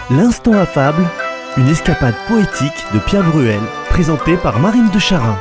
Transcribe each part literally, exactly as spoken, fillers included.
L'instant affable, une escapade poétique de Pierre Bruel, présentée par Marine de Charin.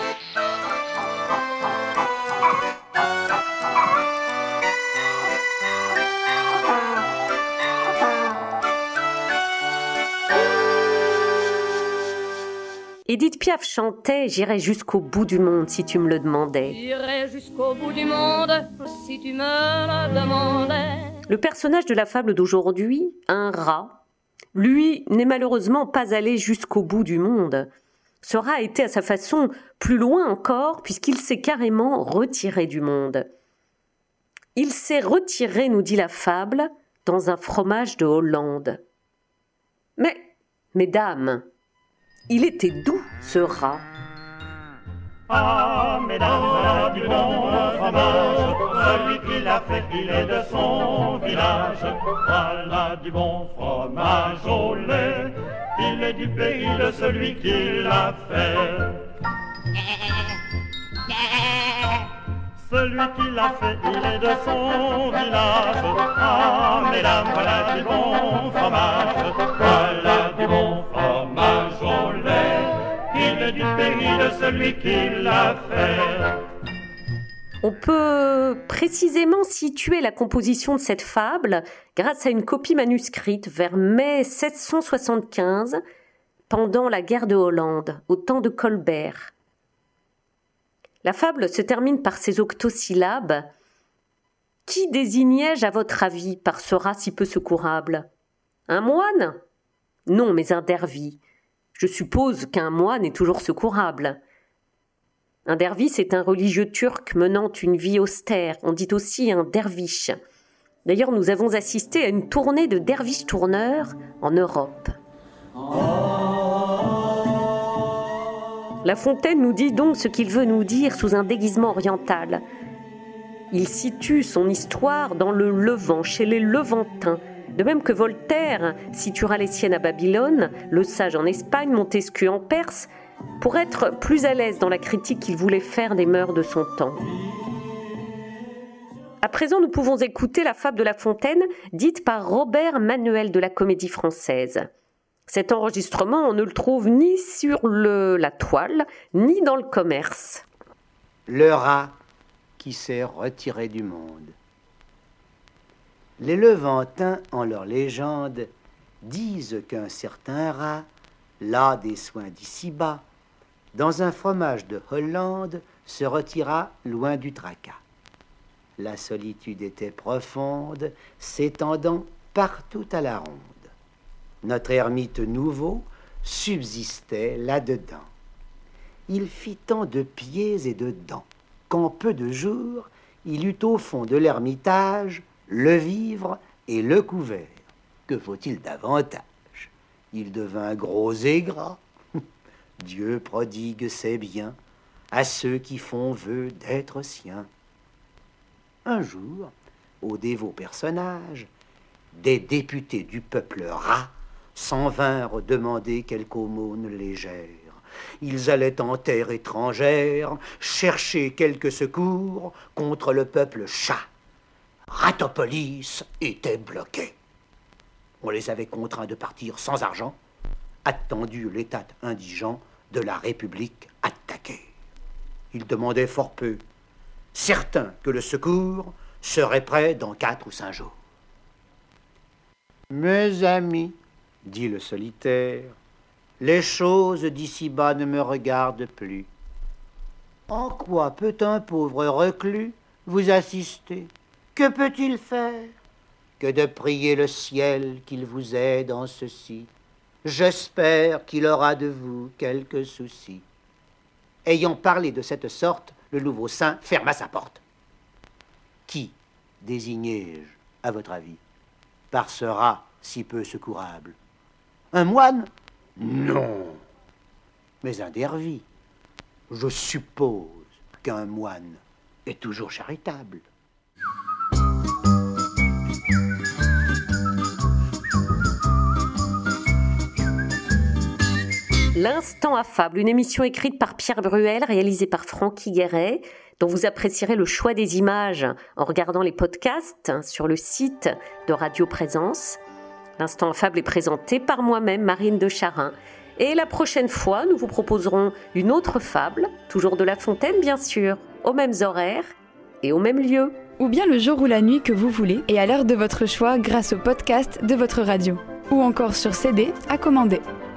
Édith Piaf chantait « J'irai jusqu'au bout du monde si tu me le demandais ». J'irai jusqu'au bout du monde si tu me le demandais. Le personnage de la fable d'aujourd'hui, un rat, lui n'est malheureusement pas allé jusqu'au bout du monde. Ce rat a été à sa façon plus loin encore puisqu'il s'est carrément retiré du monde. Il s'est retiré, nous dit la fable, dans un fromage de Hollande. Mais, mesdames, il était doux, ce rat. Ah, mesdames, voilà du bon fromage, celui qui l'a fait, il est de son village. Voilà du bon fromage au lait, il est du pays de celui qui l'a fait. Celui qui l'a fait, il est de son village. Ah, mesdames, voilà du bon fromage, voilà du bon fromage au lait, il est du pays de celui qui l'a fait. On peut précisément situer la composition de cette fable grâce à une copie manuscrite vers mai sept cent soixante-quinze, pendant la guerre de Hollande, au temps de Colbert. La fable se termine par ces octosyllabes. Qui désignai-je à votre avis par ce rat si peu secourable ? Un moine ? Non, mais un dervis. Je suppose qu'un moine est toujours secourable. Un dervis est un religieux turc menant une vie austère. On dit aussi un derviche. D'ailleurs, nous avons assisté à une tournée de derviches tourneurs en Europe. La Fontaine nous dit donc ce qu'il veut nous dire sous un déguisement oriental. Il situe son histoire dans le Levant, chez les Levantins, de même que Voltaire situera les siennes à Babylone, le Sage en Espagne, Montesquieu en Perse, pour être plus à l'aise dans la critique qu'il voulait faire des mœurs de son temps. À présent, nous pouvons écouter la fable de La Fontaine, dite par Robert Manuel de la Comédie Française. Cet enregistrement, on ne le trouve ni sur le, la toile, ni dans le commerce. Le rat qui s'est retiré du monde. Les Levantins, en leur légende, disent qu'un certain rat, las des soins d'ici-bas, dans un fromage de Hollande, se retira loin du tracas. La solitude était profonde, s'étendant partout à la ronde. Notre ermite nouveau subsistait là-dedans. Il fit tant de pieds et de dents qu'en peu de jours, il eut au fond de l'ermitage le vivre et le couvert. Que faut-il davantage ? Il devint gros et gras. Dieu prodigue ses biens à ceux qui font vœu d'être siens. Un jour, au dévot personnage, des députés du peuple rat s'en vinrent demander quelque aumône légère. Ils allaient en terre étrangère chercher quelque secours contre le peuple chat. Ratopolis était bloqué. On les avait contraints de partir sans argent, attendu l'état indigent de la République attaquée. Ils demandaient fort peu, certains que le secours serait prêt dans quatre ou cinq jours. Mes amis, dit le solitaire, les choses d'ici-bas ne me regardent plus. En quoi peut un pauvre reclus vous assister ? Que peut-il faire que de prier le ciel qu'il vous aide en ceci ? J'espère qu'il aura de vous quelques soucis. Ayant parlé de cette sorte, le nouveau saint ferma sa porte. Qui désignai-je, à votre avis, par ce rat si peu secourable ? Un moine ? Non. Mais un dervis. Je suppose qu'un moine est toujours charitable. L'instant affable, une émission écrite par Pierre Bruel, réalisée par Francky Guéret, dont vous apprécierez le choix des images en regardant les podcasts sur le site de Radio Présence. L'Instant en Fable est présenté par moi-même, Marine de Charin. Et la prochaine fois, nous vous proposerons une autre fable, toujours de La Fontaine bien sûr, aux mêmes horaires et au même lieu. Ou bien le jour ou la nuit que vous voulez et à l'heure de votre choix grâce au podcast de votre radio. Ou encore sur C D à commander.